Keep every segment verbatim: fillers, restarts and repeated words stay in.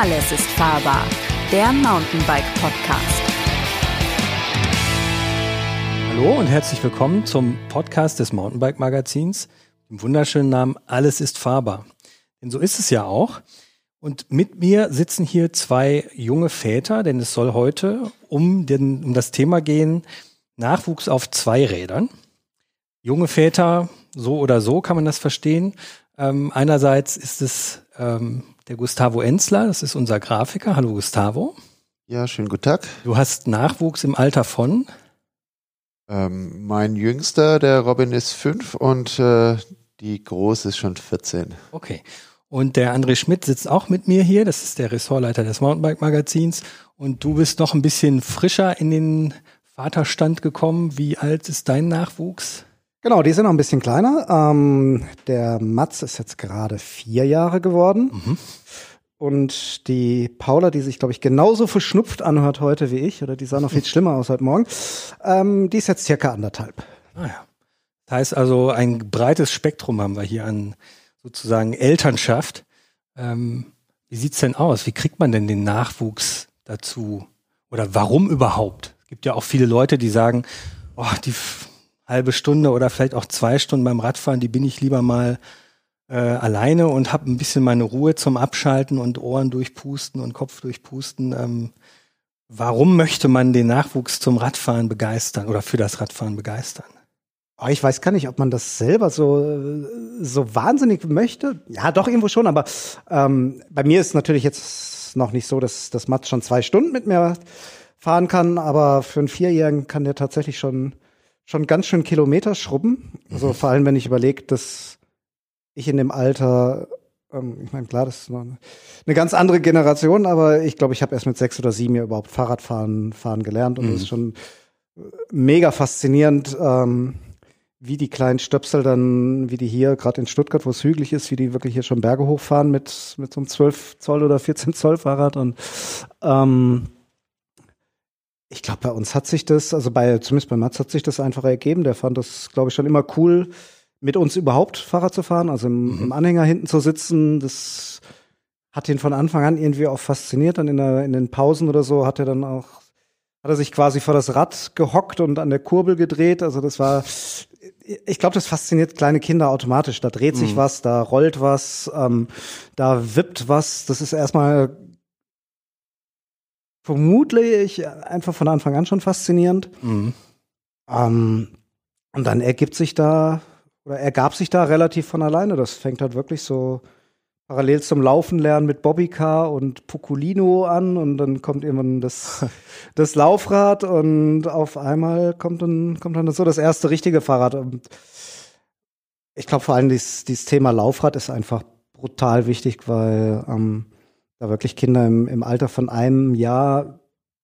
Alles ist fahrbar, der Mountainbike-Podcast. Hallo und herzlich willkommen zum Podcast des Mountainbike-Magazins, dem wunderschönen Namen Alles ist fahrbar. Denn so ist es ja auch. Und mit mir sitzen hier zwei junge Väter, denn es soll heute um, den, um das Thema gehen, Nachwuchs auf Zweirädern. Junge Väter, so oder so kann man das verstehen. Ähm, einerseits ist es ähm, der Gustavo Enzler, das ist unser Grafiker. Hallo Gustavo. Ja, schönen guten Tag. Du hast Nachwuchs im Alter von? Ähm, mein Jüngster, der Robin, ist fünf und äh, die Große ist schon vierzehn. Okay. Und der André Schmidt sitzt auch mit mir hier. Das ist der Ressortleiter des Mountainbike-Magazins. Und du bist noch ein bisschen frischer in den Vaterstand gekommen. Wie alt ist dein Nachwuchs? Genau, die sind noch ein bisschen kleiner. Ähm, der Mats ist jetzt gerade vier Jahre geworden. Mhm. Und die Paula, die sich, glaube ich, genauso verschnupft anhört heute wie ich, oder die sah noch viel schlimmer aus heute Morgen, ähm, die ist jetzt circa anderthalb. Ah ja. Das heißt also, ein breites Spektrum haben wir hier an sozusagen Elternschaft. Ähm, wie sieht's denn aus? Wie kriegt man denn den Nachwuchs dazu? Oder warum überhaupt? Es gibt ja auch viele Leute, die sagen, oh, die f- halbe Stunde oder vielleicht auch zwei Stunden beim Radfahren, die bin ich lieber mal äh, alleine und habe ein bisschen meine Ruhe zum Abschalten und Ohren durchpusten und Kopf durchpusten. Ähm, warum möchte man den Nachwuchs zum Radfahren begeistern oder für das Radfahren begeistern? Oh, ich weiß gar nicht, ob man das selber so, so wahnsinnig möchte. Ja, doch, irgendwo schon, aber ähm, bei mir ist natürlich jetzt noch nicht so, dass das Mats schon zwei Stunden mit mir fahren kann, aber für einen Vierjährigen kann der tatsächlich schon schon ganz schön Kilometer schrubben. Also mhm. vor allem, wenn ich überlege, dass ich in dem Alter, ähm, ich meine, klar, das ist noch eine, eine ganz andere Generation, aber ich glaube, ich habe erst mit sechs oder sieben Jahren überhaupt Fahrradfahren fahren gelernt und mhm. das ist schon mega faszinierend, ähm, wie die kleinen Stöpsel dann, wie die hier, gerade in Stuttgart, wo es hügelig ist, wie die wirklich hier schon Berge hochfahren mit, mit so einem zwölf Zoll oder vierzehn Zoll Fahrrad und ähm, ich glaube, bei uns hat sich das, also bei, zumindest bei Mats hat sich das einfach ergeben. Der fand das, glaube ich, schon immer cool, mit uns überhaupt Fahrrad zu fahren, also im, mhm. im Anhänger hinten zu sitzen. Das hat ihn von Anfang an irgendwie auch fasziniert. Dann in, der, in den Pausen oder so hat er dann auch, hat er sich quasi vor das Rad gehockt und an der Kurbel gedreht. Also das war, ich glaube, das fasziniert kleine Kinder automatisch. Da dreht sich mhm. was, da rollt was, ähm, da wippt was. Das ist erstmal vermutlich einfach von Anfang an schon faszinierend. Mhm. Ähm, und dann ergibt sich da, oder ergab sich da relativ von alleine. Das fängt halt wirklich so parallel zum Laufen lernen mit Bobbycar und Puculino an und dann kommt irgendwann das, das Laufrad und auf einmal kommt dann, kommt dann so das erste richtige Fahrrad. Und ich glaube vor allem dieses, dieses Thema Laufrad ist einfach brutal wichtig, weil ähm, da wirklich Kinder im, im Alter von einem Jahr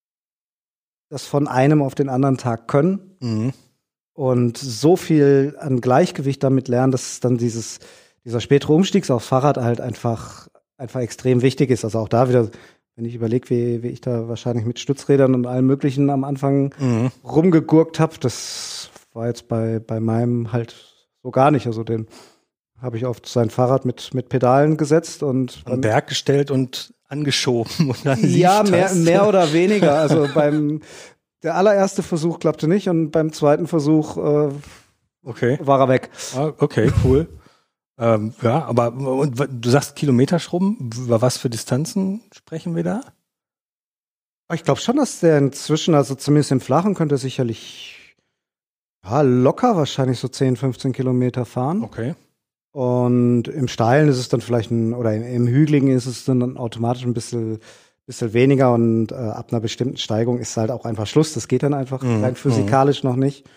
das von einem auf den anderen Tag können mhm. und so viel an Gleichgewicht damit lernen, dass dann dieses, dieser spätere Umstieg aufs Fahrrad halt einfach, einfach extrem wichtig ist. Also auch da wieder, wenn ich überlege, wie, wie ich da wahrscheinlich mit Stützrädern und allem Möglichen am Anfang mhm. rumgegurkt habe, das war jetzt bei, bei meinem halt so gar nicht. Also den habe ich auf sein Fahrrad mit, mit Pedalen gesetzt und am Berg gestellt und angeschoben und dann ja, mehr, mehr oder weniger. Also beim der allererste Versuch klappte nicht und beim zweiten Versuch äh, okay. war er weg. Ah, okay, cool. ähm, ja, aber und, du sagst Kilometerschrubben, über was für Distanzen sprechen wir da? Ich glaube schon, dass der inzwischen, also zumindest im Flachen, könnte er sicherlich ja, locker wahrscheinlich so zehn, fünfzehn Kilometer fahren. Okay. Und im Steilen ist es dann vielleicht ein, oder im, im Hügeligen ist es dann automatisch ein bisschen, bisschen weniger und äh, ab einer bestimmten Steigung ist halt auch einfach Schluss. Das geht dann einfach mhm. rein physikalisch mhm. noch nicht.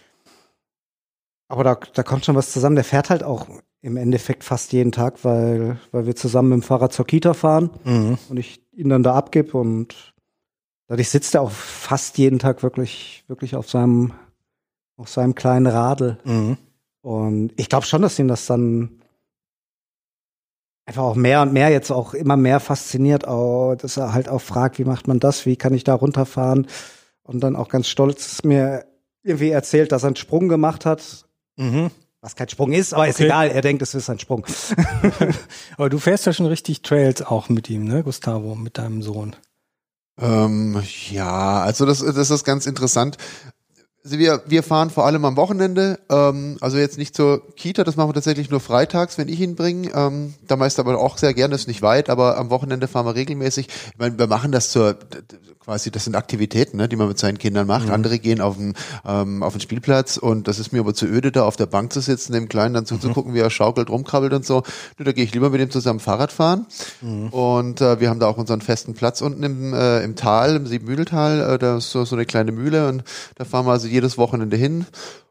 Aber da, da kommt schon was zusammen. Der fährt halt auch im Endeffekt fast jeden Tag, weil, weil wir zusammen mit dem Fahrrad zur Kita fahren mhm. und ich ihn dann da abgebe und dadurch sitzt er auch fast jeden Tag wirklich, wirklich auf seinem, auf seinem kleinen Radl. Mhm. Und ich glaube schon, dass ihn das dann einfach auch mehr und mehr jetzt auch immer mehr fasziniert, auch, dass er halt auch fragt, wie macht man das, wie kann ich da runterfahren und dann auch ganz stolz mir irgendwie erzählt, dass er einen Sprung gemacht hat, mhm. Was kein Sprung ist, aber ist Okay. egal, er denkt, es ist ein Sprung. Aber du fährst ja schon richtig Trails auch mit ihm, ne, Gustavo, mit deinem Sohn. Ähm, ja, also das, das ist ganz interessant. Also wir, wir fahren vor allem am Wochenende, ähm, also jetzt nicht zur Kita, das machen wir tatsächlich nur freitags, wenn ich ihn bringe. Ähm, da meist aber auch sehr gerne, ist nicht weit, aber am Wochenende fahren wir regelmäßig. Ich meine, wir machen das zur, quasi, das sind Aktivitäten, ne, die man mit seinen Kindern macht. Mhm. Andere gehen auf den, ähm, auf den Spielplatz und das ist mir aber zu öde, da auf der Bank zu sitzen, dem Kleinen dann zuzugucken, mhm. wie er schaukelt, rumkrabbelt und so. Nö, da gehe ich lieber mit ihm zusammen Fahrrad fahren. Mhm. Und äh, wir haben da auch unseren festen Platz unten im, äh, im Tal, im Siebenmühltal. Äh, da ist so, so eine kleine Mühle und da fahren wir also jedes Wochenende hin.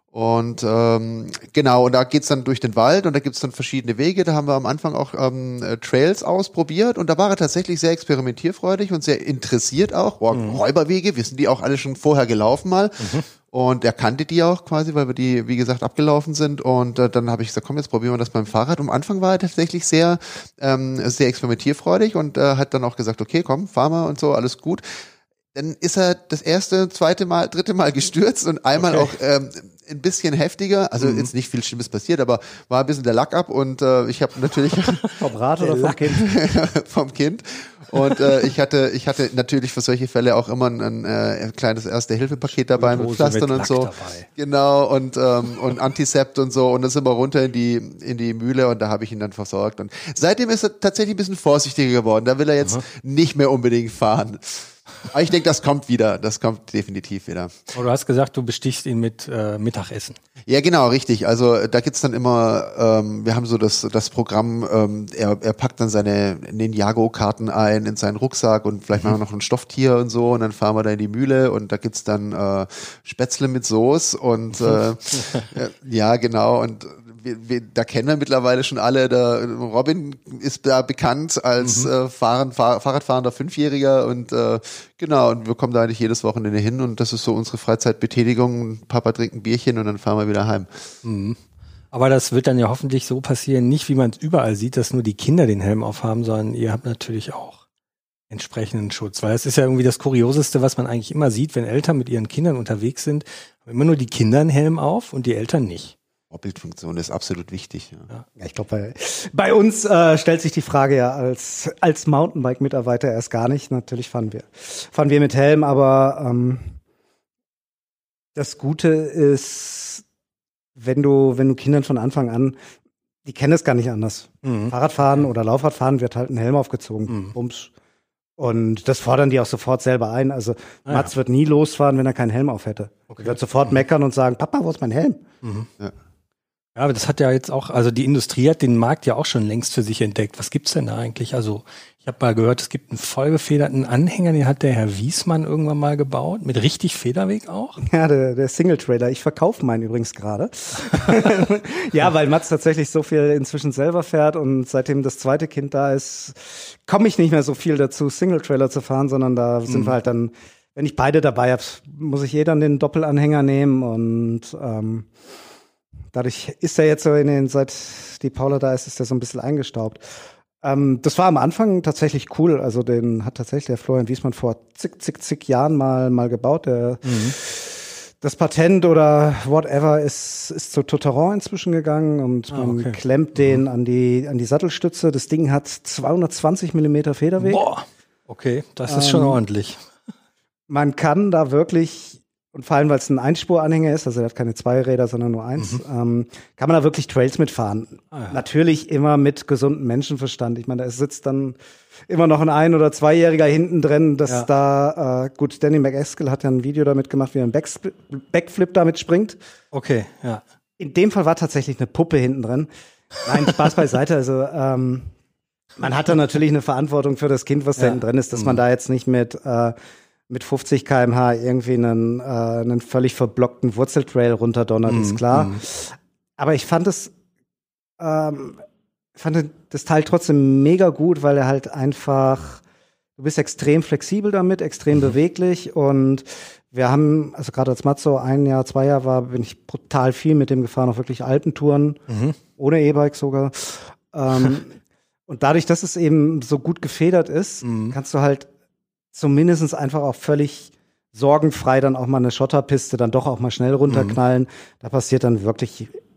Und ähm, genau, und da geht's dann durch den Wald und da gibt's dann verschiedene Wege. Da haben wir am Anfang auch ähm, Trails ausprobiert und da war er tatsächlich sehr experimentierfreudig und sehr interessiert auch. Boah, mhm. Räuberwege, wir sind die auch alle schon vorher gelaufen mal. Mhm. Und er kannte die auch quasi, weil wir die, wie gesagt, abgelaufen sind. Und äh, dann habe ich gesagt, komm, jetzt probieren wir das beim Fahrrad. Und am Anfang war er tatsächlich sehr, ähm, sehr experimentierfreudig und äh, hat dann auch gesagt, okay, komm, fahr mal und so, alles gut. Dann ist er das erste, zweite Mal, dritte Mal gestürzt und einmal okay. auch ähm, ein bisschen heftiger. Also mhm. jetzt nicht viel Schlimmes passiert, aber war ein bisschen der Lack ab und äh, ich habe natürlich vom Rad oder vom Kind? vom Kind. Und äh, ich hatte, ich hatte natürlich für solche Fälle auch immer ein, ein, ein kleines Erste-Hilfe-Paket dabei mit Pflastern mit und so. Dabei. Genau und ähm, und Antisept und so. Und dann sind wir runter in die in die Mühle und da habe ich ihn dann versorgt. Und seitdem ist er tatsächlich ein bisschen vorsichtiger geworden. Da will er jetzt Aha. nicht mehr unbedingt fahren. Aber ich denke, das kommt wieder. Das kommt definitiv wieder. Aber du hast gesagt, du bestichst ihn mit äh, Mittagessen. Ja, genau, richtig. Also da gibt's dann immer, ähm, wir haben so das das Programm, ähm, er, er packt dann seine Ninjago-Karten ein in seinen Rucksack und vielleicht machen wir noch ein Stofftier und so und dann fahren wir da in die Mühle und da gibt's dann äh, Spätzle mit Soße und äh, ja, genau und Wir, wir, da kennen wir mittlerweile schon alle. Der Robin ist da bekannt als mhm. äh, Fahren, Fahr, Fahrradfahrender Fünfjähriger und äh, genau, und wir kommen da eigentlich jedes Wochenende hin und das ist so unsere Freizeitbetätigung. Papa trinkt ein Bierchen und dann fahren wir wieder heim. Mhm. Aber das wird dann ja hoffentlich so passieren, nicht wie man es überall sieht, dass nur die Kinder den Helm aufhaben, sondern ihr habt natürlich auch entsprechenden Schutz, weil es ist ja irgendwie das Kurioseste, was man eigentlich immer sieht, wenn Eltern mit ihren Kindern unterwegs sind, haben immer nur die Kinder einen Helm auf und die Eltern nicht. Vorbildfunktion ist absolut wichtig. Ja, ja ich glaube, bei, bei uns äh, stellt sich die Frage ja als als Mountainbike-Mitarbeiter erst gar nicht. Natürlich fahren wir fahren wir mit Helm, aber ähm, das Gute ist, wenn du wenn du Kindern von Anfang an, die kennen es gar nicht anders. Mhm. Fahrradfahren oder Laufradfahren wird halt ein Helm aufgezogen. Mhm. Bums. Und das fordern die auch sofort selber ein. Also ah, Mats ja. wird nie losfahren, wenn er keinen Helm auf hätte. Okay. Er wird sofort meckern und sagen, Papa, wo ist mein Helm? Mhm. Ja. Ja, aber das hat ja jetzt auch, also die Industrie hat den Markt ja auch schon längst für sich entdeckt. Was gibt's denn da eigentlich? Also ich habe mal gehört, es gibt einen vollgefederten Anhänger, den hat der Herr Wiesmann irgendwann mal gebaut, mit richtig Federweg auch. Ja, der, der Single-Trailer. Ich verkaufe meinen übrigens gerade. Ja, weil Mats tatsächlich so viel inzwischen selber fährt und seitdem das zweite Kind da ist, komme ich nicht mehr so viel dazu, Single-Trailer zu fahren, sondern da mhm. sind wir halt dann, wenn ich beide dabei habe, muss ich eh dann den Doppelanhänger nehmen und ähm, dadurch ist er jetzt so in den, seit die Paula da ist, ist er so ein bisschen eingestaubt. Ähm, das war am Anfang tatsächlich cool. Also den hat tatsächlich der Florian Wiesmann vor zig, zig, zig Jahren mal, mal gebaut. Der, mhm. Das Patent oder whatever ist, ist zu Totaron inzwischen gegangen und man ah, okay. klemmt den mhm. an die, an die Sattelstütze. Das Ding hat zweihundertzwanzig Millimeter Federweg. Boah, okay, das ist ähm, schon ordentlich. Man kann da wirklich, und vor allem, weil es ein Einspuranhänger ist, also er hat keine zwei Räder, sondern nur eins, mhm. ähm, kann man da wirklich Trails mitfahren. Ah, ja. Natürlich immer mit gesundem Menschenverstand. Ich meine, da sitzt dann immer noch ein Ein- oder Zweijähriger hinten drin, dass ja. da, äh, gut, Danny McEskill hat ja ein Video damit gemacht, wie er einen Backspl- Backflip damit springt. Okay, ja. In dem Fall war tatsächlich eine Puppe hinten drin. Nein, Spaß beiseite, also ähm, man hat da natürlich eine Verantwortung für das Kind, was ja. da hinten drin ist, dass mhm. man da jetzt nicht mit äh, mit fünfzig Kilometer pro Stunde irgendwie einen, äh, einen völlig verblockten Wurzeltrail runterdonnert, mm, ist klar. Mm. Aber ich fand es, ähm, fand das Teil trotzdem mega gut, weil er halt einfach, du bist extrem flexibel damit, extrem mhm. beweglich und wir haben, also gerade als Mats so ein Jahr, zwei Jahre war, bin ich brutal viel mit dem gefahren, auch wirklich Alpentouren, mhm. ohne E-Bike sogar. Ähm, und dadurch, dass es eben so gut gefedert ist, mhm. kannst du halt zumindest einfach auch völlig sorgenfrei dann auch mal eine Schotterpiste dann doch auch mal schnell runterknallen. Mhm. Da passiert dann wirklich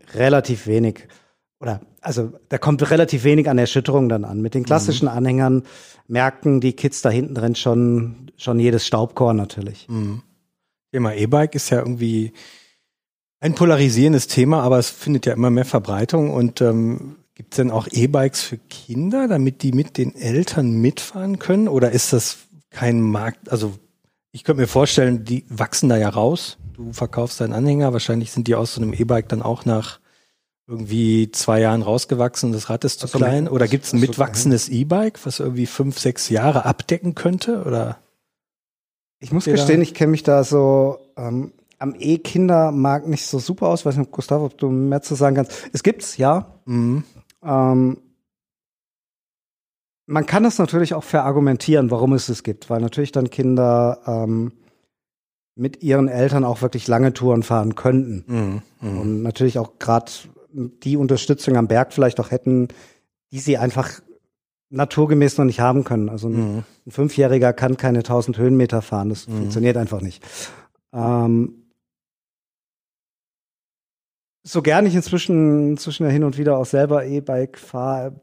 relativ wenig. Oder, also, da kommt relativ wenig an Erschütterung dann an. Mit den klassischen mhm. Anhängern merken die Kids da hinten drin schon, schon jedes Staubkorn natürlich. Mhm. Thema E-Bike ist ja irgendwie ein polarisierendes Thema, aber es findet ja immer mehr Verbreitung. Und ähm, gibt es denn auch E-Bikes für Kinder, damit die mit den Eltern mitfahren können? Oder ist das kein Markt? Also, ich könnte mir vorstellen, die wachsen da ja raus. Du verkaufst deinen Anhänger, wahrscheinlich sind die aus so einem E-Bike dann auch nach irgendwie zwei Jahren rausgewachsen und das Rad ist zu also klein. Oder gibt es ein mitwachsendes E-Bike, was irgendwie fünf, sechs Jahre abdecken könnte? Oder? Ich muss gestehen, ich kenne mich da so ähm, am E-Kindermarkt nicht so super aus. Weiß nicht, Gustav, ob du mehr zu sagen kannst. Es gibt's, ja. Mhm. Ähm, man kann das natürlich auch verargumentieren, warum es es gibt, weil natürlich dann Kinder ähm, mit ihren Eltern auch wirklich lange Touren fahren könnten. Mhm. Mhm. Und natürlich auch gerade die Unterstützung am Berg vielleicht auch hätten, die sie einfach naturgemäß noch nicht haben können. Also ein, mhm. ein Fünfjähriger kann keine tausend Höhenmeter fahren. Das mhm. funktioniert einfach nicht. Ähm, so gern ich inzwischen, inzwischen ja hin und wieder auch selber E-Bike fahre,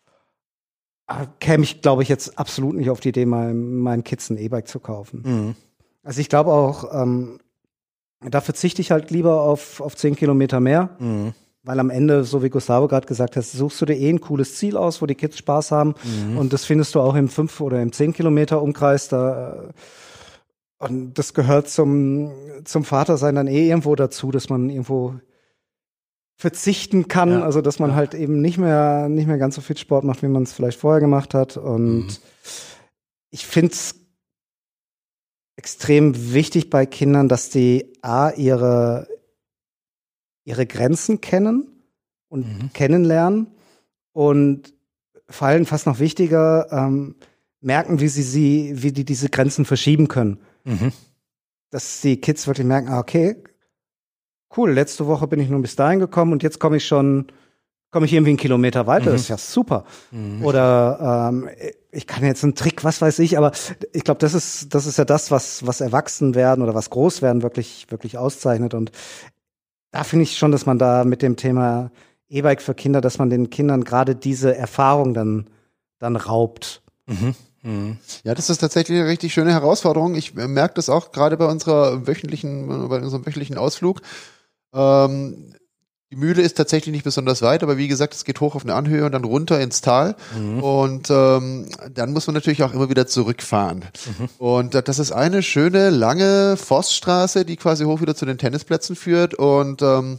käme ich, glaube ich, jetzt absolut nicht auf die Idee, mal meinen Kids ein E-Bike zu kaufen. Mhm. Also ich glaube auch, ähm, da verzichte ich halt lieber auf, auf zehn Kilometer mehr. Mhm. Weil am Ende, so wie Gustavo gerade gesagt hat, suchst du dir eh ein cooles Ziel aus, wo die Kids Spaß haben. Mhm. Und das findest du auch im fünf oder im zehn Kilometer Umkreis. Da, und das gehört zum, zum Vatersein dann eh irgendwo dazu, dass man irgendwo verzichten kann. Ja. Also, dass man ja. halt eben nicht mehr, nicht mehr ganz so viel Sport macht, wie man es vielleicht vorher gemacht hat. Und mhm. ich finde es extrem wichtig bei Kindern, dass die A, ihre ihre Grenzen kennen und mhm. kennenlernen und vor allem fast noch wichtiger, ähm, merken, wie sie sie, wie die diese Grenzen verschieben können. Mhm. Dass die Kids wirklich merken, ah, okay, cool, letzte Woche bin ich nur bis dahin gekommen und jetzt komme ich schon, komme ich irgendwie einen Kilometer weiter, mhm. das ist ja super. Mhm. Oder ähm, ich kann jetzt einen Trick, was weiß ich, aber ich glaube, das ist, das ist ja das, was, was Erwachsenwerden oder was Großwerden wirklich, wirklich auszeichnet. Und da finde ich schon, dass man da mit dem Thema E-Bike für Kinder, dass man den Kindern gerade diese Erfahrung dann, dann raubt. Mhm. Mhm. Ja, das ist tatsächlich eine richtig schöne Herausforderung. Ich merke das auch gerade bei unserer wöchentlichen, bei unserem wöchentlichen Ausflug. Ähm, die Mühle ist tatsächlich nicht besonders weit, aber wie gesagt, es geht hoch auf eine Anhöhe und dann runter ins Tal. Mhm. Und ähm, dann muss man natürlich auch immer wieder zurückfahren. Mhm. Und das ist eine schöne, lange Forststraße, die quasi hoch wieder zu den Tennisplätzen führt. Und ähm,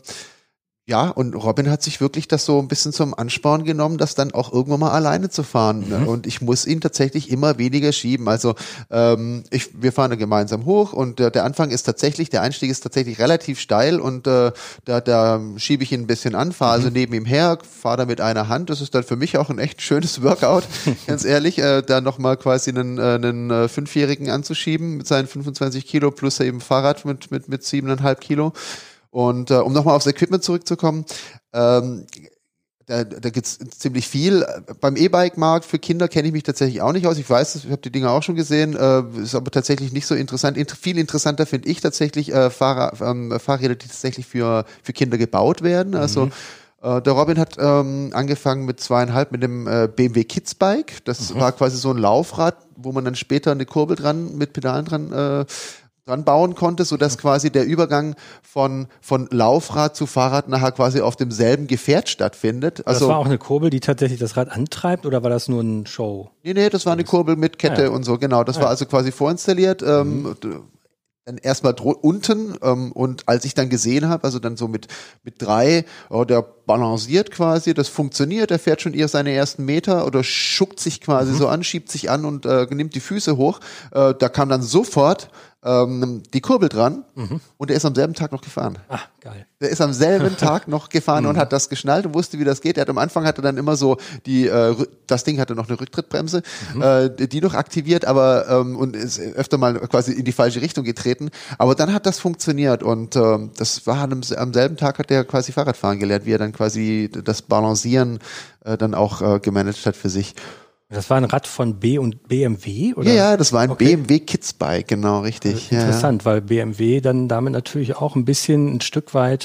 ja, und Robin hat sich wirklich das so ein bisschen zum Ansporn genommen, das dann auch irgendwann mal alleine zu fahren. Mhm. Und ich muss ihn tatsächlich immer weniger schieben. Also ähm, ich, wir fahren da gemeinsam hoch und äh, der Anfang ist tatsächlich, der Einstieg ist tatsächlich relativ steil und äh, da, da schiebe ich ihn ein bisschen an, fahre mhm. also neben ihm her, fahre da mit einer Hand. Das ist dann für mich auch ein echt schönes Workout, ganz ehrlich, äh, da nochmal quasi einen, äh, einen äh, Fünfjährigen anzuschieben mit seinen fünfundzwanzig Kilo plus eben Fahrrad mit, mit, mit siebeneinhalb Kilo. Und äh, um nochmal aufs Equipment zurückzukommen, ähm, da, da gibt's ziemlich viel. Beim E-Bike-Markt für Kinder kenne ich mich tatsächlich auch nicht aus. Ich weiß, ich habe die Dinger auch schon gesehen, äh, ist aber tatsächlich nicht so interessant. Inter- viel interessanter finde ich tatsächlich äh, Fahrrad, ähm, Fahrräder, die tatsächlich für, für Kinder gebaut werden. Also mhm. äh, der Robin hat ähm, angefangen mit zweieinhalb mit dem äh, B M W Kids Bike. Das mhm. war quasi so ein Laufrad, wo man dann später eine Kurbel dran, mit Pedalen dran äh, dran bauen konnte, so dass quasi der Übergang von von Laufrad zu Fahrrad nachher quasi auf demselben Gefährt stattfindet. Also das war auch eine Kurbel, die tatsächlich das Rad antreibt, oder war das nur ein Show? Nee, nee, das war eine Kurbel mit Kette ah, ja. und so, genau. Das ah, war also quasi vorinstalliert. Ähm, mhm. Dann erstmal dro- unten ähm, und als ich dann gesehen habe, also dann so mit mit drei, oh, der balanciert quasi, das funktioniert, der fährt schon eher seine ersten Meter oder schuckt sich quasi mhm. so an, schiebt sich an und äh, nimmt die Füße hoch. Äh, da kam dann sofort ähm, die Kurbel dran mhm. und er ist am selben Tag noch gefahren. Ah, geil. Der ist am selben Tag noch gefahren und hat das geschnallt und wusste, wie das geht. Er hat am Anfang hatte dann immer so die, äh, das Ding hatte noch eine Rücktrittbremse, mhm. äh, die noch aktiviert, aber ähm, und ist öfter mal quasi in die falsche Richtung getreten. Aber dann hat das funktioniert und ähm, das war am, am selben Tag hat er quasi Fahrradfahren gelernt, wie er dann quasi das Balancieren äh, dann auch äh, gemanagt hat für sich. Das war ein Rad von B und B M W, oder? Ja, ja, das war ein okay. B M W Kids Bike, genau, richtig. Also interessant, ja. weil B M W dann damit natürlich auch ein bisschen ein Stück weit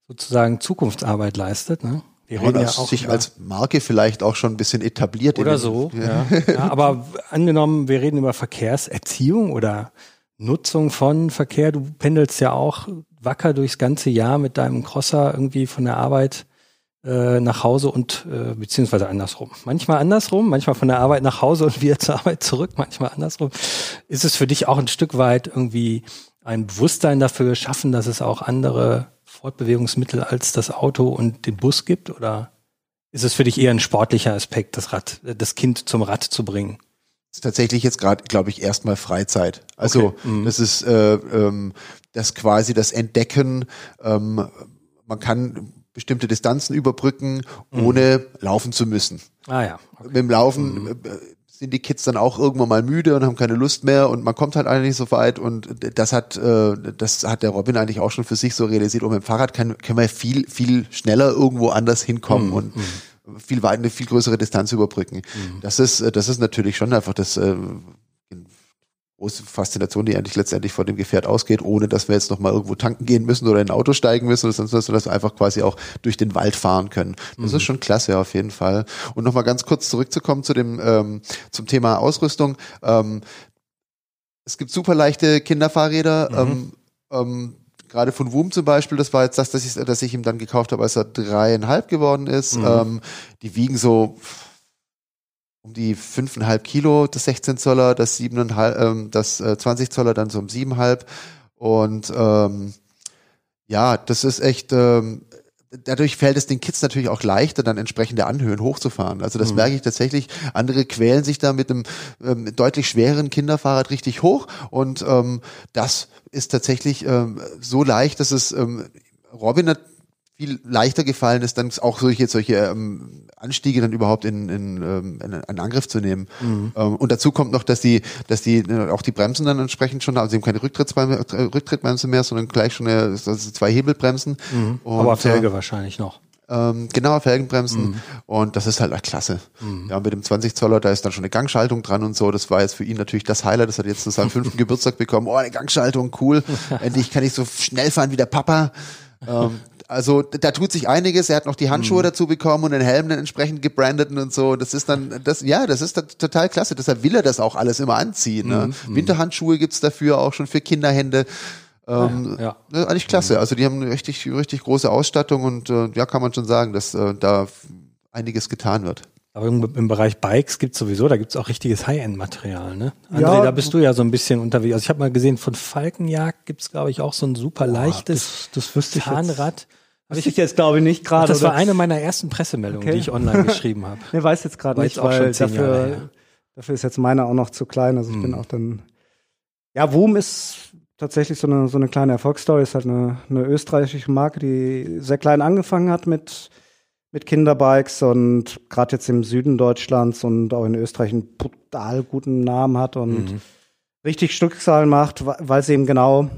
sozusagen Zukunftsarbeit leistet. Ne? Wir Und reden ja als auch sich über, als Marke vielleicht auch schon ein bisschen etabliert. oder in den- so. Ja. Ja, aber angenommen, wir reden über Verkehrserziehung oder Nutzung von Verkehr. Du pendelst ja auch wacker durchs ganze Jahr mit deinem Crosser irgendwie von der Arbeit äh, nach Hause und äh, beziehungsweise andersrum. Manchmal andersrum, manchmal von der Arbeit nach Hause und wieder zur Arbeit zurück, manchmal andersrum. Ist es für dich auch ein Stück weit irgendwie ein Bewusstsein dafür geschaffen, dass es auch andere Fortbewegungsmittel als das Auto und den Bus gibt? Oder ist es für dich eher ein sportlicher Aspekt, das Rad, das Kind zum Rad zu bringen? ist tatsächlich jetzt gerade, glaube ich, erstmal Freizeit. Also Okay. Mhm. das ist äh, ähm, das quasi das Entdecken. Ähm, man kann bestimmte Distanzen überbrücken, ohne laufen zu müssen. Ah ja. Mit dem Laufen äh, sind die Kids dann auch irgendwann mal müde und haben keine Lust mehr und man kommt halt eigentlich nicht so weit und das hat äh, das hat der Robin eigentlich auch schon für sich so realisiert. Und mit dem Fahrrad kann, können wir viel viel schneller irgendwo anders hinkommen Mhm. und viel weit eine viel größere Distanz überbrücken. Mhm. Das ist äh, das ist natürlich schon einfach das äh, große Faszination, die eigentlich letztendlich von dem Gefährt ausgeht, ohne dass wir jetzt noch mal irgendwo tanken gehen müssen oder in ein Auto steigen müssen oder sonst was, dass wir einfach quasi auch durch den Wald fahren können. Das Mhm. ist schon klasse auf jeden Fall. Und noch mal ganz kurz zurückzukommen zu dem ähm, zum Thema Ausrüstung. Ähm, es gibt super leichte Kinderfahrräder. Mhm. Ähm, ähm, gerade von Woom zum Beispiel, das war jetzt das, das ich, das ich ihm dann gekauft habe, als er dreieinhalb geworden ist. Mhm. Ähm, die wiegen so um die fünfeinhalb Kilo, das sechzehn Zoller, das siebeneinhalb, ähm, das äh, zwanzig Zoller dann so um siebeneinhalb. Und ähm, ja, das ist echt, ähm, dadurch fällt es den Kids natürlich auch leichter, dann entsprechende Anhöhen hochzufahren. Also das Mhm. merke ich tatsächlich. Andere quälen sich da mit einem ähm, deutlich schwereren Kinderfahrrad richtig hoch. Und ähm, das ist tatsächlich ähm, so leicht, dass es ähm, Robin hat viel leichter gefallen ist, dann auch solche solche ähm, Anstiege dann überhaupt in, in, ähm, in einen Angriff zu nehmen. Mhm. Ähm, und dazu kommt noch, dass die, dass die äh, auch die Bremsen dann entsprechend schon, also sie haben keine Rücktrittsbremse, äh, Rücktrittbremse mehr, sondern gleich schon eine, also zwei Hebelbremsen. Mhm. Und, Aber Felge äh, wahrscheinlich noch. ähm, genau, Felgenbremsen. Mhm. Und das ist halt echt klasse. Mhm. Ja, mit dem zwanzig Zoller, da ist dann schon eine Gangschaltung dran und so. Das war jetzt für ihn natürlich das Highlight. Das hat er jetzt zu seinem fünften Geburtstag bekommen. Oh, eine Gangschaltung, cool. Endlich kann ich so schnell fahren wie der Papa. Ähm, also da tut sich einiges. Er hat noch die Handschuhe Mhm. dazu bekommen und den Helm dann entsprechend gebrandeten und so. Das ist dann, das ja, das ist t- total klasse. Deshalb will er das auch alles immer anziehen. Ne? Mhm. Winterhandschuhe gibt's dafür auch schon für Kinderhände. Ähm, Ja, ja. ne, eigentlich klasse. Also die haben eine richtig, richtig große Ausstattung und äh, ja, kann man schon sagen, dass äh, da einiges getan wird. Aber im, im Bereich Bikes gibt es sowieso, da gibt es auch richtiges High-End-Material, ne? André, Ja. da bist du ja so ein bisschen unterwegs. Also ich habe mal gesehen, von Falkenjagd gibt es, glaube ich, auch so ein super leichtes das, das wüsste ich jetzt. Zahnrad. Weiß ich jetzt, glaube ich, nicht Ach, gerade. das war oder- eine meiner ersten Pressemeldungen, Okay. die ich online geschrieben habe. Ich weiß jetzt gerade War nicht, jetzt auch weil schon zehn Jahre dafür, her. dafür ist jetzt meine auch noch zu klein. Also ich Mhm. bin auch dann. Ja, Woom ist tatsächlich so eine, so eine kleine Erfolgsstory. Ist halt eine, eine österreichische Marke, die sehr klein angefangen hat mit, mit Kinderbikes und gerade jetzt im Süden Deutschlands und auch in Österreich einen brutal guten Namen hat und Mhm. richtig Stückzahlen macht, wa- weil sie eben genau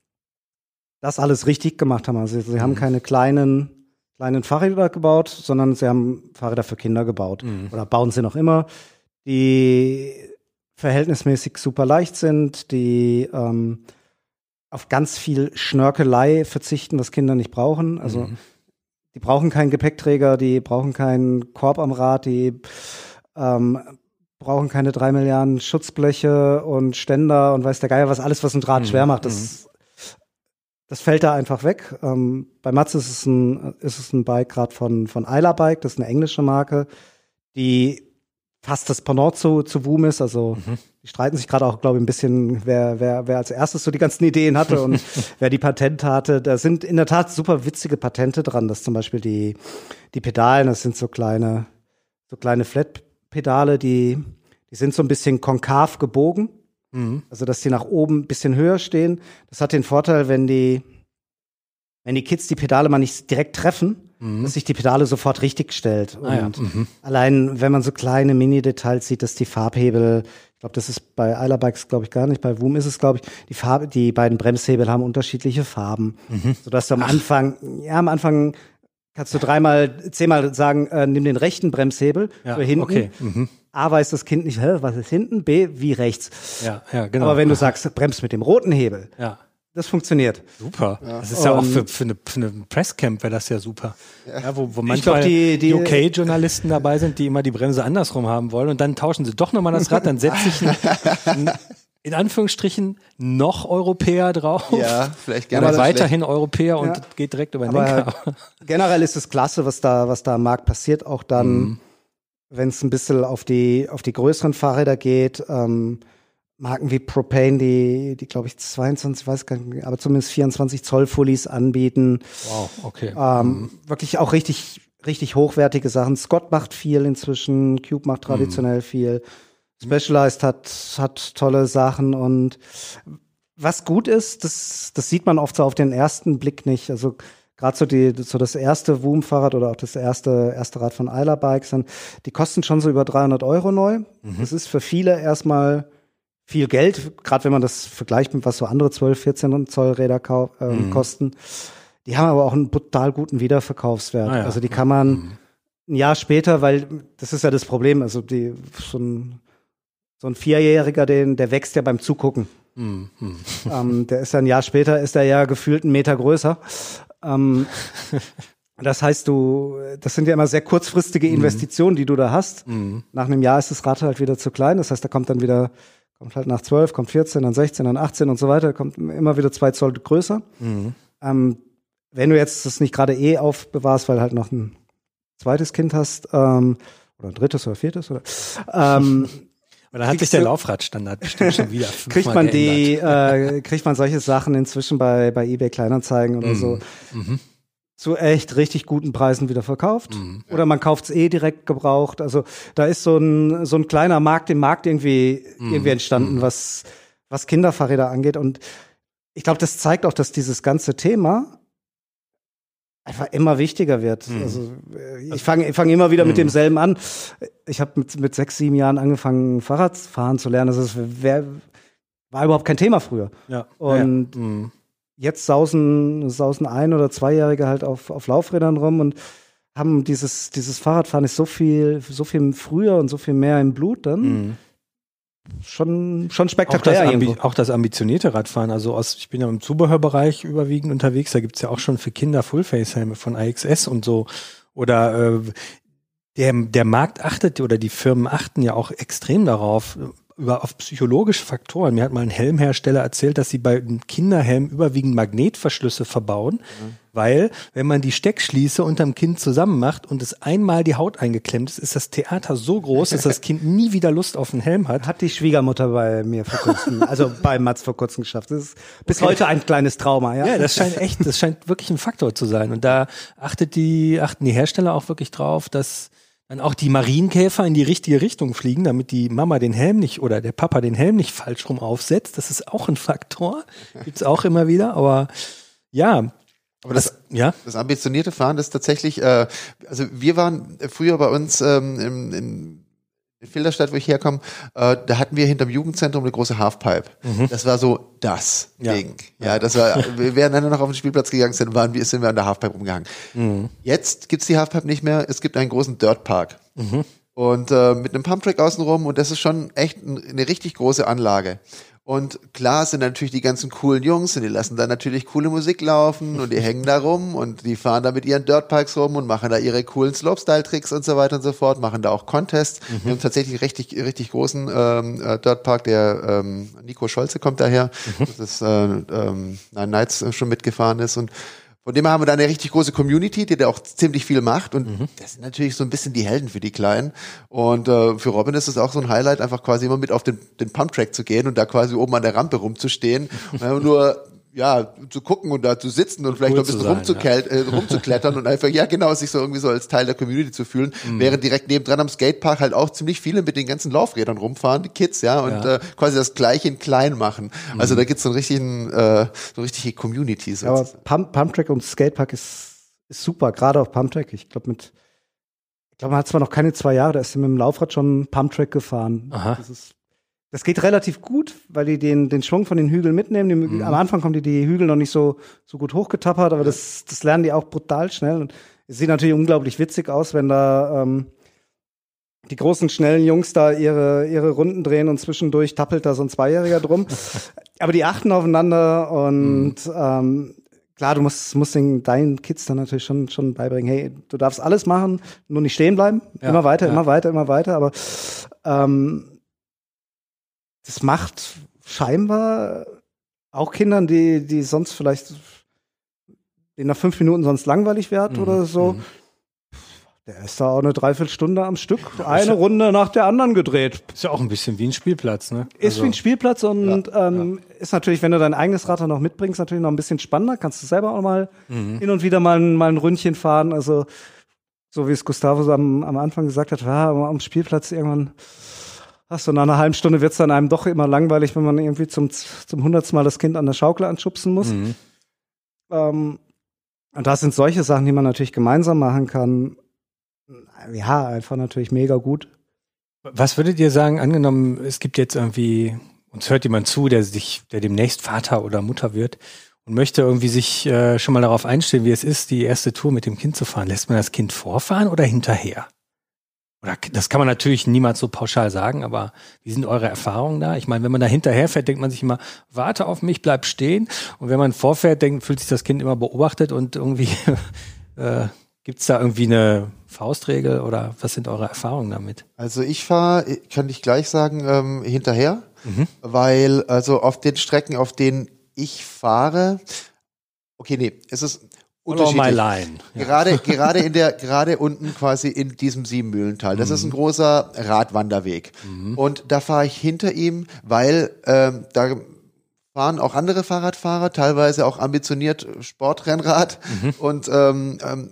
das alles richtig gemacht haben. Also sie haben Mhm. keine kleinen, kleinen Fahrräder gebaut, sondern sie haben Fahrräder für Kinder gebaut. Mhm. Oder bauen sie noch immer, die verhältnismäßig super leicht sind, die ähm, auf ganz viel Schnörkelei verzichten, was Kinder nicht brauchen. Also Mhm. die brauchen keinen Gepäckträger, die brauchen keinen Korb am Rad, die ähm, brauchen keine drei Milliarden Schutzbleche und Ständer und weiß der Geier was, alles, was ein Rad Mhm. schwer macht. Das, das fällt da einfach weg. Ähm, bei Mats ist es ein, ist es ein Bike gerade von, von Isla Bike, das ist eine englische Marke, die fast das Pendant zu, zu Woom ist. Also Mhm. die streiten sich gerade auch, glaube ich, ein bisschen, wer, wer, wer als erstes so die ganzen Ideen hatte und wer die Patente hatte. Da sind in der Tat super witzige Patente dran, dass zum Beispiel die, die Pedalen, das sind so kleine, so kleine Flat-Pedale, die, die sind so ein bisschen konkav gebogen. Mhm. Also, dass die nach oben ein bisschen höher stehen. Das hat den Vorteil, wenn die, wenn die Kids die Pedale mal nicht direkt treffen, Mhm. dass sich die Pedale sofort richtig stellt. Ah, ja. Und Mhm. allein, wenn man so kleine Mini-Details sieht, dass die Farbhebel, ich glaube, das ist bei Isla Bikes, glaube ich, gar nicht, bei Woom ist es, glaube ich, die Farbe, die beiden Bremshebel haben unterschiedliche Farben. Mhm. Sodass du am Anfang, ja, am Anfang kannst du dreimal, zehnmal sagen, äh, nimm den rechten Bremshebel Ja, für hinten. okay. Mhm. A, weiß das Kind nicht, hä, was ist hinten? B, wie rechts? Ja, ja, genau. Aber wenn du sagst, bremst mit dem roten Hebel, ja. Das funktioniert. Super. Ja. Das ist ja auch für, für eine, für eine Presscamp wäre das ja super. Ja, ja wo, wo manchmal glaub, die, die U K-Journalisten dabei sind, die immer die Bremse andersrum haben wollen und dann tauschen sie doch nochmal das Rad, dann setzt sich ein, ein in Anführungsstrichen noch Europäer drauf. Ja, vielleicht gerne. Oder weiterhin schlecht. Europäer und ja. geht direkt über den Aber Lenker. Generell ist es klasse, was da, was da am Markt passiert, auch dann, mhm. wenn es ein bisschen auf die, auf die größeren Fahrräder geht, ähm, Marken wie Propane, die, die glaube ich zweiundzwanzig, ich weiß gar nicht, aber zumindest vierundzwanzig Zoll Fullies anbieten. Wow, okay. Ähm, mhm. Wirklich auch richtig, richtig hochwertige Sachen. Scott macht viel inzwischen, Cube macht traditionell mhm. viel. Specialized hat, hat tolle Sachen und was gut ist, das, das sieht man oft so auf den ersten Blick nicht. Also gerade so die, so das erste Woom-Fahrrad oder auch das erste, erste Rad von Isla Bikes, die kosten schon so über dreihundert Euro neu. Mhm. Das ist für viele erstmal viel Geld, gerade wenn man das vergleicht mit was so andere zwölf, vierzehn Zoll Räder kau- äh, mhm. kosten. Die haben aber auch einen total guten Wiederverkaufswert. Ah ja. Also die kann man mhm. ein Jahr später, weil das ist ja das Problem, also die so ein, so ein Vierjähriger, den, der wächst ja beim Zugucken. Mhm. Ähm, der ist ja ein Jahr später, ist er ja gefühlt einen Meter größer. Ähm, das heißt, du, das sind ja immer sehr kurzfristige Investitionen, mhm. die du da hast. Mhm. Nach einem Jahr ist das Rad halt wieder zu klein. Das heißt, da kommt dann wieder Kommt halt nach zwölf, kommt vierzehn, dann sechzehn, dann achtzehn und so weiter, kommt immer wieder zwei Zoll größer. Mhm. Ähm, wenn du jetzt das nicht gerade eh aufbewahrst, weil halt noch ein zweites Kind hast, ähm, oder ein drittes oder viertes, oder, ähm, und dann hat sich der Laufradstandard bestimmt schon wieder kriegt man die, äh, kriegt man solche Sachen inzwischen bei, bei eBay Kleinanzeigen oder mhm. so. Mhm. Zu echt richtig guten Preisen wieder verkauft. Mhm, ja. Oder man kauft's eh direkt gebraucht. Also da ist so ein so ein kleiner Markt im Markt irgendwie mhm. irgendwie entstanden, mhm. was was Kinderfahrräder angeht. Und ich glaube, das zeigt auch, dass dieses ganze Thema einfach immer wichtiger wird. Mhm. Also ich fange ich fang immer wieder mhm. mit demselben an. Ich habe mit mit sechs, sieben Jahren angefangen, Fahrrad fahren zu lernen. Also das wär, war überhaupt kein Thema früher. Ja. Und ja. Mhm. Jetzt sausen, sausen ein- oder zweijährige halt auf, auf Laufrädern rum und haben dieses, dieses Fahrradfahren ist so viel, so viel früher und so viel mehr im Blut dann. Mhm. Schon, schon spektakulär. Auch das, ambi- auch das ambitionierte Radfahren. Also aus, ich bin ja im Zubehörbereich überwiegend unterwegs. Da gibt's ja auch schon für Kinder Fullface-Helme von I X S und so. Oder äh, der, der Markt achtet oder die Firmen achten ja auch extrem darauf, über auf psychologische Faktoren. Mir hat mal ein Helmhersteller erzählt, dass sie bei einem Kinderhelm überwiegend Magnetverschlüsse verbauen, mhm. weil, wenn man die Steckschließe unterm Kind zusammen macht und es einmal die Haut eingeklemmt ist, ist das Theater so groß, dass das Kind nie wieder Lust auf einen Helm hat. Hat die Schwiegermutter bei mir vor kurzem, also bei Mats vor kurzem geschafft. Das ist bis okay. heute ein kleines Trauma, ja. Ja, das scheint echt, das scheint wirklich ein Faktor zu sein. Und da achtet die, achten die Hersteller auch wirklich drauf, dass dann auch die Marienkäfer in die richtige Richtung fliegen, damit die Mama den Helm nicht oder der Papa den Helm nicht falsch rum aufsetzt. Das ist auch ein Faktor. Gibt's auch immer wieder. Aber ja. Aber das, das, ja? das ambitionierte Fahren ist tatsächlich, äh, also wir waren früher bei uns ähm, in, in in Filderstadt, wo ich herkomme, äh, da hatten wir hinterm Jugendzentrum eine große Halfpipe. Mhm. Das war so das ja. Ding. Ja, das war, wir wären dann noch auf den Spielplatz gegangen sind, waren wir, sind wir an der Halfpipe rumgehangen. Mhm. Jetzt gibt's die Halfpipe nicht mehr, es gibt einen großen Dirtpark. Mhm. Und äh, mit einem Pumptrack außenrum und das ist schon echt ein, eine richtig große Anlage. Und klar sind natürlich die ganzen coolen Jungs und die lassen da natürlich coole Musik laufen und die hängen da rum und die fahren da mit ihren Dirtbikes rum und machen da ihre coolen Slopestyle-Tricks und so weiter und so fort, machen da auch Contests. Mhm. Wir haben tatsächlich richtig richtig großen ähm, Dirtpark, der ähm, Nico Scholze kommt daher, mhm. das ist äh, ähm, Nine Nights schon mitgefahren ist und von dem haben wir da eine richtig große Community, die da auch ziemlich viel macht und mhm. das sind natürlich so ein bisschen die Helden für die Kleinen und äh, für Robin ist es auch so ein Highlight, einfach quasi immer mit auf den, den Pumptrack zu gehen und da quasi oben an der Rampe rumzustehen und einfach nur ja, zu gucken und da zu sitzen und vielleicht cool noch ein bisschen sein, ja. äh, rumzuklettern und einfach, ja genau, sich so irgendwie so als Teil der Community zu fühlen, mhm. während direkt nebendran am Skatepark halt auch ziemlich viele mit den ganzen Laufrädern rumfahren, die Kids, ja, und ja. Äh, quasi das Gleiche in klein machen. Mhm. Also da gibt's so einen richtigen, äh, so eine richtige Community. Ja, aber Pump, Pumptrack und Skatepark ist, ist super, gerade auf Pumptrack. Ich glaube mit, ich glaube man hat zwar noch keine zwei Jahre, da ist sie mit dem Laufrad schon Pumptrack gefahren. Aha. Das ist Das geht relativ gut, weil die den, den Schwung von den Hügeln mitnehmen. Die, mhm. Am Anfang kommen die, die Hügel noch nicht so, so gut hochgetappert, aber das, das lernen die auch brutal schnell. Und es sieht natürlich unglaublich witzig aus, wenn da ähm, die großen, schnellen Jungs da ihre, ihre Runden drehen und zwischendurch tappelt da so ein Zweijähriger drum. aber die achten aufeinander und mhm. ähm, klar, du musst, musst den, deinen Kids dann natürlich schon, schon beibringen, hey, du darfst alles machen, nur nicht stehen bleiben. Ja, immer weiter, ja. immer weiter, immer weiter. Aber ähm, das macht scheinbar auch Kindern, die, die sonst vielleicht denen nach fünf Minuten sonst langweilig wird mhm. oder so. Mhm. Der ist da auch eine Dreiviertelstunde am Stück, eine ja, Runde nach der anderen gedreht. Ist ja auch ein bisschen wie ein Spielplatz, ne? Ist also, wie ein Spielplatz und ja, ähm, ja. ist natürlich, wenn du dein eigenes Rad dann noch mitbringst, natürlich noch ein bisschen spannender. Kannst du selber auch mal mhm. hin und wieder mal, mal ein Ründchen fahren. Also so wie es Gustavo so am, am Anfang gesagt hat, ja, am Spielplatz irgendwann hast du nach einer halben Stunde wird's dann einem doch immer langweilig, wenn man irgendwie zum zum hundertsten Mal das Kind an der Schaukel anschubsen muss. Mhm. Ähm, und das sind solche Sachen, die man natürlich gemeinsam machen kann. Ja, einfach natürlich mega gut. Was würdet ihr sagen, angenommen, es gibt jetzt irgendwie, uns hört jemand zu, der sich, der demnächst Vater oder Mutter wird und möchte irgendwie sich äh, schon mal darauf einstellen, wie es ist, die erste Tour mit dem Kind zu fahren. Lässt man das Kind vorfahren oder hinterher? Oder das kann man natürlich niemals so pauschal sagen, aber wie sind eure Erfahrungen da? Ich meine, wenn man da hinterher fährt, denkt man sich immer, warte auf mich, bleib stehen. Und wenn man vorfährt, denkt, fühlt sich das Kind immer beobachtet und irgendwie äh, gibt es da irgendwie eine Faustregel oder was sind eure Erfahrungen damit? Also ich fahre, kann ich gleich sagen, ähm, hinterher, mhm. weil also auf den Strecken, auf denen ich fahre, okay, nee, es ist unterschiedlich. My line. Ja. Gerade, gerade in der, gerade unten quasi in diesem Siebenmühlental. Das mhm. ist ein großer Radwanderweg. Mhm. Und da fahre ich hinter ihm, weil ähm, da fahren auch andere Fahrradfahrer, teilweise auch ambitioniert Sportrennrad mhm. und ähm, ähm,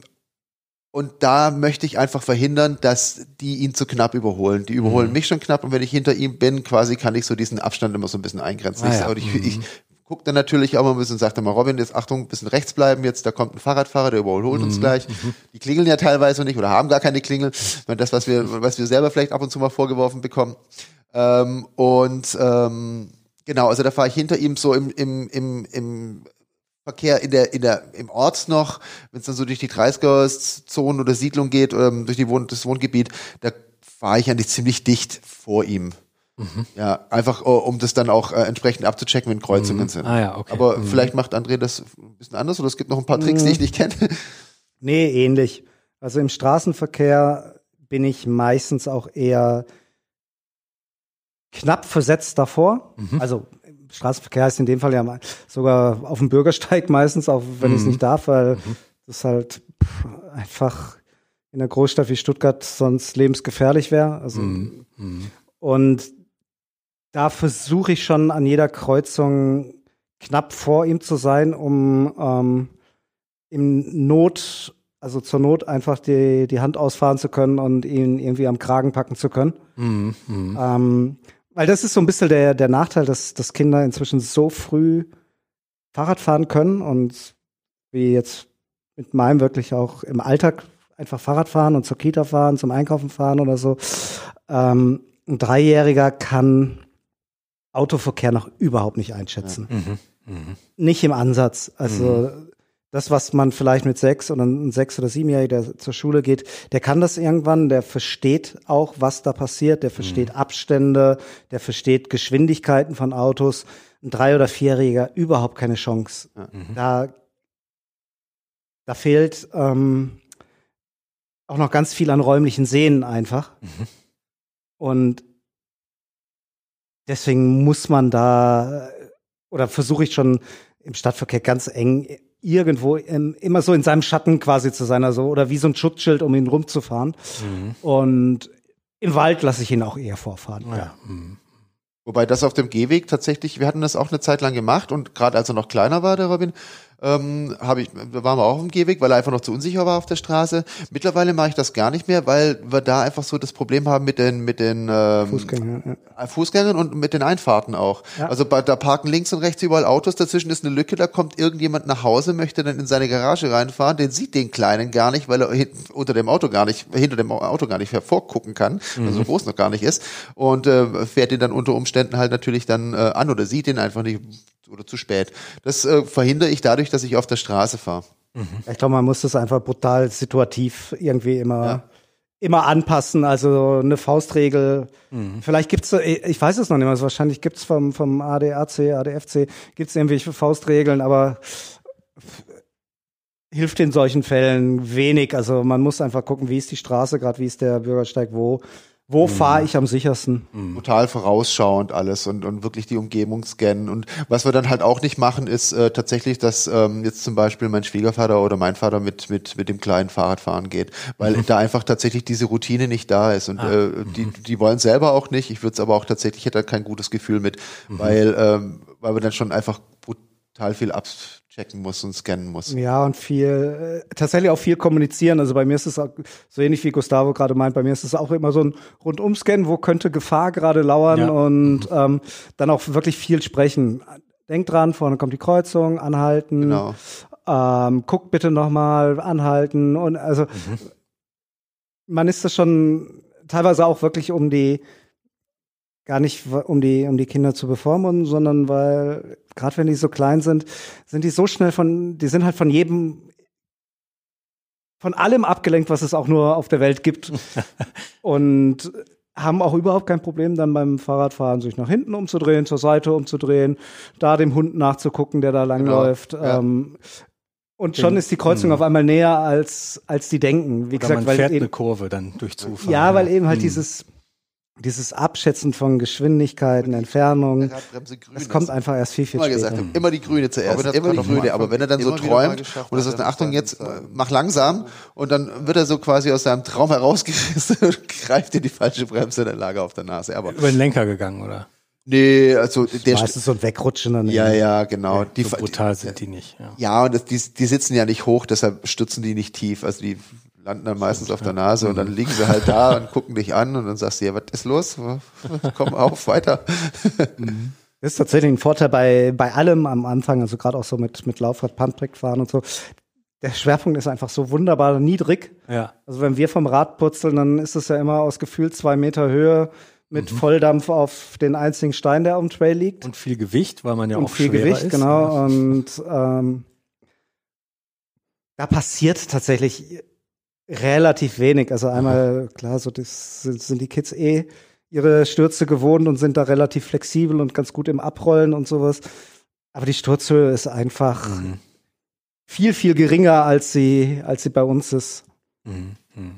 Und da möchte ich einfach verhindern, dass die ihn zu knapp überholen. Die überholen mhm. mich schon knapp und wenn ich hinter ihm bin, quasi kann ich so diesen Abstand immer so ein bisschen eingrenzen. Ah, ja. Ich, mhm. ich gucke dann natürlich auch mal ein bisschen und sage dann mal, Robin, jetzt Achtung, ein bisschen rechts bleiben jetzt, da kommt ein Fahrradfahrer, der überholt mhm. uns gleich. Mhm. Die klingeln ja teilweise nicht oder haben gar keine Klingel. Ich meine, das, was wir, was wir selber vielleicht ab und zu mal vorgeworfen bekommen. Ähm, und ähm, genau, also da fahre ich hinter ihm so im, im, im, im Verkehr in der, in der, im Ort noch, wenn es dann so durch die dreißiger-Zonen oder Siedlung geht, ähm, durch die Wohn- das Wohngebiet, da fahre ich eigentlich ziemlich dicht vor ihm. Mhm. Ja, einfach um das dann auch äh, entsprechend abzuchecken, wenn Kreuzungen mhm. sind. Ah, ja, okay. Aber mhm. vielleicht macht André das ein bisschen anders oder es gibt noch ein paar Tricks, mhm. die ich nicht kenne. Nee, ähnlich. Also im Straßenverkehr bin ich meistens auch eher knapp versetzt davor. Mhm. Also Straßenverkehr heißt in dem Fall ja sogar auf dem Bürgersteig meistens, auch wenn mhm. ich es nicht darf, weil mhm. das halt pff, einfach in einer Großstadt wie Stuttgart sonst lebensgefährlich wäre. Also, mhm. Mhm. Und da versuche ich schon an jeder Kreuzung knapp vor ihm zu sein, um ähm, im Not, also zur Not einfach die, die Hand ausfahren zu können und ihn irgendwie am Kragen packen zu können. Mhm. Mhm. Ähm, Weil das ist so ein bisschen der, der Nachteil, dass, dass Kinder inzwischen so früh Fahrrad fahren können und wie jetzt mit meinem wirklich auch im Alltag einfach Fahrrad fahren und zur Kita fahren, zum Einkaufen fahren oder so. Ähm, ein Dreijähriger kann Autoverkehr noch überhaupt nicht einschätzen. Ja. Mhm. Mhm. Nicht im Ansatz. Also mhm. das, was man vielleicht mit sechs oder ein sechs- oder siebenjähriger, der zur Schule geht, der kann das irgendwann, der versteht auch, was da passiert, der versteht mhm. Abstände, der versteht Geschwindigkeiten von Autos. Ein drei- oder vierjähriger überhaupt keine Chance. Mhm. Da, da fehlt ähm, auch noch ganz viel an räumlichen Sehen einfach. Mhm. Und deswegen muss man da, oder versuche ich schon im Stadtverkehr ganz eng irgendwo ähm, immer so in seinem Schatten quasi zu sein, also oder wie so ein Schutzschild, um ihn rumzufahren. Mhm. Und im Wald lasse ich ihn auch eher vorfahren. Ja. Ja. Mhm. Wobei das auf dem Gehweg tatsächlich, wir hatten das auch eine Zeit lang gemacht und gerade als er noch kleiner war, der Robin, ähm, habe ich, da waren wir auch auf dem Gehweg, weil er einfach noch zu unsicher war auf der Straße. Mittlerweile mache ich das gar nicht mehr, weil wir da einfach so das Problem haben mit den mit den ähm, Fußgängern, ja. Fußgängern und mit den Einfahrten auch. Ja. Also bei, da parken links und rechts überall Autos, dazwischen ist eine Lücke, da kommt irgendjemand nach Hause, möchte dann in seine Garage reinfahren, den sieht den Kleinen gar nicht, weil er hinten unter dem Auto gar nicht, hinter dem Auto gar nicht hervorgucken kann, mhm. also so groß noch gar nicht ist und äh, fährt ihn dann unter Umständen halt natürlich dann äh, an oder sieht ihn einfach nicht oder zu spät. Das äh, verhindere ich dadurch, dass ich auf der Straße fahre. Mhm. Ich glaube, man muss das einfach brutal situativ irgendwie immer, ja. immer anpassen, also eine Faustregel. Mhm. Vielleicht gibt's, ich weiß es noch nicht mehr, wahrscheinlich gibt's vom, vom A D A C, A D F C, gibt's irgendwelche Faustregeln, aber hilft in solchen Fällen wenig. Also man muss einfach gucken, wie ist die Straße gerade, wie ist der Bürgersteig, wo. Wo mhm. fahre ich am sichersten? Mhm. Total vorausschauend alles und, und wirklich die Umgebung scannen. Und was wir dann halt auch nicht machen, ist äh, tatsächlich, dass ähm, jetzt zum Beispiel mein Schwiegervater oder mein Vater mit mit mit dem kleinen Fahrrad fahren geht, weil mhm. da einfach tatsächlich diese Routine nicht da ist. Und ah. äh, die die wollen selber auch nicht. Ich würde es aber auch tatsächlich, ich hätte da kein gutes Gefühl mit, mhm. weil ähm, weil wir dann schon einfach total viel abchecken muss und scannen muss. Ja, und viel, äh, tatsächlich auch viel kommunizieren. Also bei mir ist es auch, so ähnlich wie Gustavo gerade meint, bei mir ist es auch immer so ein Rundumscannen, wo könnte Gefahr gerade lauern ja. und mhm. ähm, dann auch wirklich viel sprechen. Denkt dran, vorne kommt die Kreuzung, anhalten, genau. ähm, guckt bitte nochmal, anhalten und also mhm. man ist das schon teilweise auch wirklich um die gar nicht um die um die Kinder zu bevormunden, sondern weil gerade wenn die so klein sind, sind die so schnell von, die sind halt von jedem, von allem abgelenkt, was es auch nur auf der Welt gibt und haben auch überhaupt kein Problem, dann beim Fahrradfahren sich nach hinten umzudrehen, zur Seite umzudrehen, da dem Hund nachzugucken, der da langläuft. Genau. Ja. Ähm, und schon ist die Kreuzung mhm. auf einmal näher als als die denken. Wie Oder gesagt, man weil fährt eben, eine Kurve dann durchzufahren. Ja, weil eben halt mhm. dieses Dieses Abschätzen von Geschwindigkeiten, Entfernungen, das kommt einfach erst viel, viel immer später. Gesagt, immer die Grüne zuerst, immer die Grüne. Aber wenn er dann so träumt und er sagt, Achtung, jetzt mach langsam und dann wird er so quasi aus seinem Traum herausgerissen und greift in die falsche Bremse, dann lag er auf der Nase. Aber über den Lenker gegangen, oder? Nee, also der meistens so ein Wegrutschen dann. Ja, ja, genau. Ja, die, so brutal sind die nicht. Ja, ja und das, die, die sitzen ja nicht hoch, deshalb stürzen die nicht tief. Also die landen dann meistens auf der Nase und dann liegen sie halt da und gucken dich an und dann sagst du, ja, was ist los? Komm auf, weiter. Das ist tatsächlich ein Vorteil bei bei allem am Anfang, also gerade auch so mit mit Laufrad, Pumptrack-Fahren und so. Der Schwerpunkt ist einfach so wunderbar niedrig. Ja. Also wenn wir vom Rad purzeln, dann ist es ja immer aus gefühlt zwei Meter Höhe mit mhm. Volldampf auf den einzigen Stein, der auf dem Trail liegt. Und viel Gewicht, weil man ja und auch viel schwerer Gewicht, ist. Genau. Ja. Und ähm, da passiert tatsächlich relativ wenig. Also einmal, klar, so das sind, sind die Kids eh ihre Stürze gewohnt und sind da relativ flexibel und ganz gut im Abrollen und sowas. Aber die Sturzhöhe ist einfach mhm. viel, viel geringer, als sie, als sie bei uns ist. Mhm. Mhm.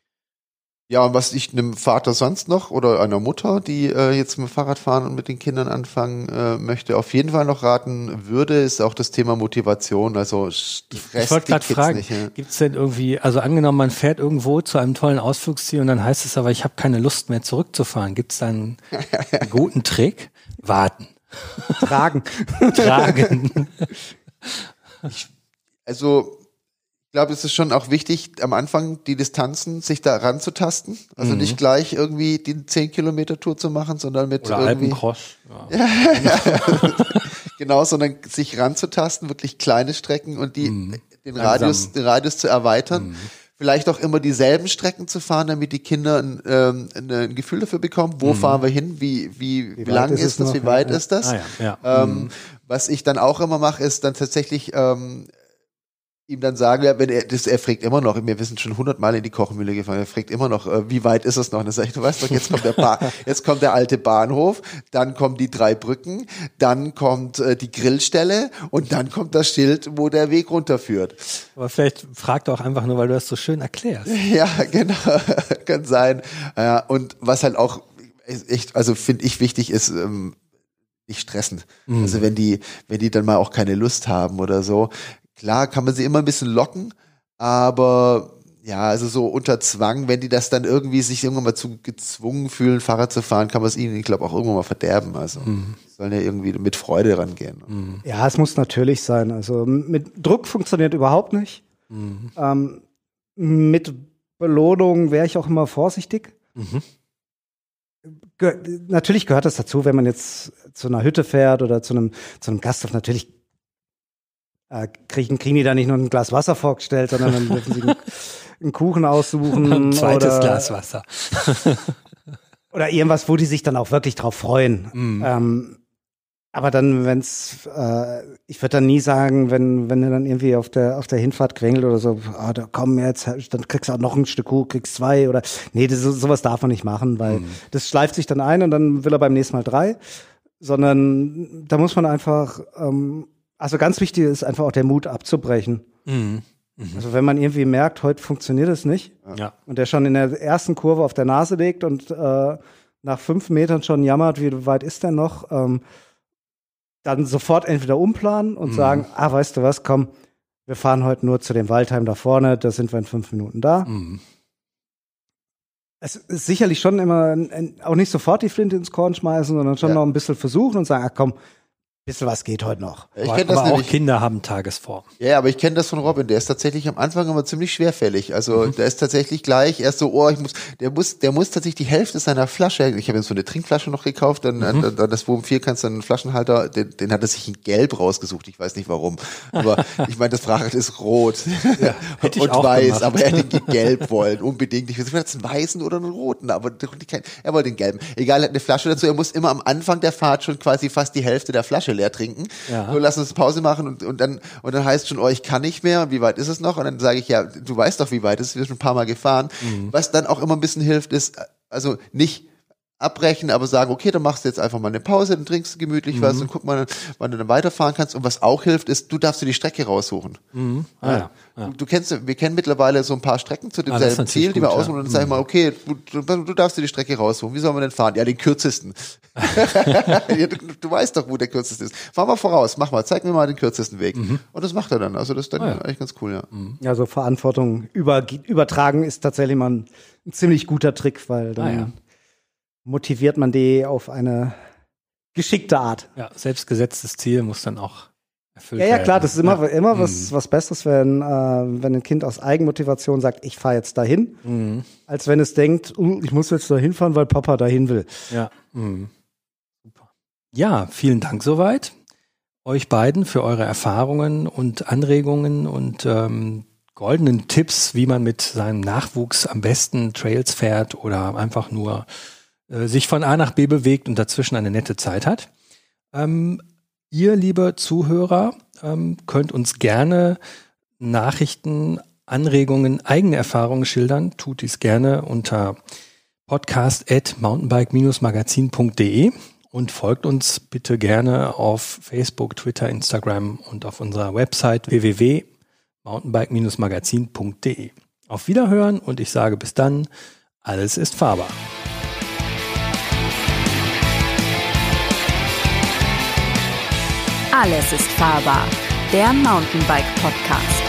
Ja, und was ich einem Vater sonst noch oder einer Mutter, die äh, jetzt mit dem Fahrrad fahren und mit den Kindern anfangen äh, möchte, auf jeden Fall noch raten würde, ist auch das Thema Motivation. Also Stress, ich wollte gerade fragen, ja. Gibt es denn irgendwie, also angenommen, man fährt irgendwo zu einem tollen Ausflugsziel und dann heißt es aber, ich habe keine Lust mehr zurückzufahren. Gibt es da einen guten Trick? Warten. Tragen. Tragen. Ich, also ich glaube, es ist schon auch wichtig, am Anfang die Distanzen sich da ranzutasten. Also mhm. nicht gleich irgendwie die zehn Kilometer Tour zu machen, sondern mit Oder irgendwie Alpencross. Ja. ja. Genau, sondern sich ranzutasten, wirklich kleine Strecken und die mhm. den Radius, den Radius zu erweitern. Mhm. Vielleicht auch immer dieselben Strecken zu fahren, damit die Kinder ein, ähm, ein Gefühl dafür bekommen, wo mhm. fahren wir hin, wie wie, wie, wie lang ist, ist das, noch? Wie weit ja. ist das? Ah, ja. Ja. Ähm, mhm. Was ich dann auch immer mache, ist dann tatsächlich ähm, ihm dann sagen, ja, wenn er, das, er fragt immer noch, wir sind schon hundertmal in die Kochmühle gefahren, er fragt immer noch, äh, wie weit ist es noch? Und dann sage ich, du weißt doch, jetzt kommt der ba- jetzt kommt der alte Bahnhof, dann kommen die drei Brücken, dann kommt äh, die Grillstelle und dann kommt das Schild, wo der Weg runterführt. Aber vielleicht fragt er auch einfach nur, weil du das so schön erklärst. Ja, genau, kann sein. Ja, und was halt auch echt, also finde ich wichtig ist, ähm, nicht stressen. Mhm. Also wenn die, wenn die dann mal auch keine Lust haben oder so, klar, kann man sie immer ein bisschen locken, aber ja, also so unter Zwang, wenn die das dann irgendwie sich irgendwann mal zu gezwungen fühlen, Fahrrad zu fahren, kann man es ihnen, ich glaube, auch irgendwann mal verderben. Also mhm. sollen ja irgendwie mit Freude rangehen. Mhm. Ja, es muss natürlich sein. Also mit Druck funktioniert überhaupt nicht. Mhm. Ähm, mit Belohnung wäre ich auch immer vorsichtig. Mhm. Ge- natürlich gehört das dazu, wenn man jetzt zu einer Hütte fährt oder zu einem, zu einem Gasthof, natürlich Äh, kriegen, kriegen die da nicht nur ein Glas Wasser vorgestellt, sondern dann dürfen sie einen, einen Kuchen aussuchen. Ein zweites oder, Glas Wasser. Oder irgendwas, wo die sich dann auch wirklich drauf freuen. Mm. Ähm, Aber dann, wenn's, äh, ich würde dann nie sagen, wenn wenn du dann irgendwie auf der auf der Hinfahrt quengelt oder so, ah, da komm jetzt, dann kriegst du auch noch ein Stück Kuh, kriegst zwei oder nee, das, sowas darf man nicht machen, weil mhm. das schleift sich dann ein und dann will er beim nächsten Mal drei, sondern da muss man einfach, ähm, also ganz wichtig ist einfach auch der Mut abzubrechen. Mhm. Mhm. Also wenn man irgendwie merkt, heute funktioniert es nicht ja. und der schon in der ersten Kurve auf der Nase liegt und äh, nach fünf Metern schon jammert, wie weit ist der noch, ähm, dann sofort entweder umplanen und mhm. sagen, ah, weißt du was, komm, wir fahren heute nur zu dem Waldheim da vorne, da sind wir in fünf Minuten da. Mhm. Es ist sicherlich schon immer, auch nicht sofort die Flinte ins Korn schmeißen, sondern schon ja. noch ein bisschen versuchen und sagen, ach komm, bisschen was geht heute noch. Ich aber kenn das aber nämlich, auch Kinder haben Tagesform. Ja, aber ich kenne das von Robin. Der ist tatsächlich am Anfang immer ziemlich schwerfällig. Also mhm. der ist tatsächlich gleich erst so, oh, ich muss, der muss, der muss tatsächlich die Hälfte seiner Flasche. Ich habe jetzt so eine Trinkflasche noch gekauft. Dann, mhm. dann, dann das Wohm vier kannst du einen Flaschenhalter. Den, den hat er sich in Gelb rausgesucht. Ich weiß nicht warum. Aber ich meine, das Fahrrad ist rot ja, hätte ich und auch weiß. gemacht. Aber er hätte den Gelb wollen unbedingt. Ich weiß nicht, einen weißen oder einen roten. Aber er wollte den Gelben. Egal, er hat eine Flasche dazu. Er muss immer am Anfang der Fahrt schon quasi fast die Hälfte der Flasche leer trinken. Ja. So, lass uns Pause machen und, und dann und dann heißt schon, oh, ich kann nicht mehr, wie weit ist es noch? Und dann sage ich, ja, du weißt doch, wie weit es ist, wir sind schon ein paar Mal gefahren. Mhm. Was dann auch immer ein bisschen hilft, ist, also nicht abbrechen, aber sagen, okay, dann machst du jetzt einfach mal eine Pause, dann trinkst du gemütlich mhm. was und guck mal, wann du dann weiterfahren kannst. Und was auch hilft, ist, du darfst dir die Strecke raussuchen. Mhm. Ah, ja. Ja. Du, du kennst, wir kennen mittlerweile so ein paar Strecken zu demselben ah, Ziel, die wir aussuchen. Ja. Und dann sag ich mal, okay, du, du darfst dir die Strecke raussuchen. Wie sollen wir denn fahren? Ja, den kürzesten. ja, du, du weißt doch, wo der kürzeste ist. Fahr mal voraus, mach mal, zeig mir mal den kürzesten Weg. Mhm. Und das macht er dann. Also das ist dann ah, ja. eigentlich ganz cool, ja. Mhm. Ja, so Verantwortung über, übertragen ist tatsächlich mal ein, ein ziemlich guter Trick, weil dann ah, ja. motiviert man die auf eine geschickte Art. Ja, selbstgesetztes Ziel muss dann auch erfüllt werden. Ja, ja, klar, das ist immer, ja. immer was, was Besseres, wenn, äh, wenn ein Kind aus Eigenmotivation sagt, ich fahre jetzt dahin, mhm. als wenn es denkt, uh, ich muss jetzt dahin fahren, weil Papa dahin will. Ja, mhm. super. Ja, vielen Dank soweit. Euch beiden für eure Erfahrungen und Anregungen und ähm, goldenen Tipps, wie man mit seinem Nachwuchs am besten Trails fährt oder einfach nur sich von A nach B bewegt und dazwischen eine nette Zeit hat. Ähm, ihr, liebe Zuhörer, ähm, könnt uns gerne Nachrichten, Anregungen, eigene Erfahrungen schildern. Tut dies gerne unter podcast at mountainbike magazin punkt de und folgt uns bitte gerne auf Facebook, Twitter, Instagram und auf unserer Website w w w punkt mountainbike magazin punkt de. Auf Wiederhören und ich sage bis dann, alles ist fahrbar. Alles ist fahrbar, der Mountainbike-Podcast.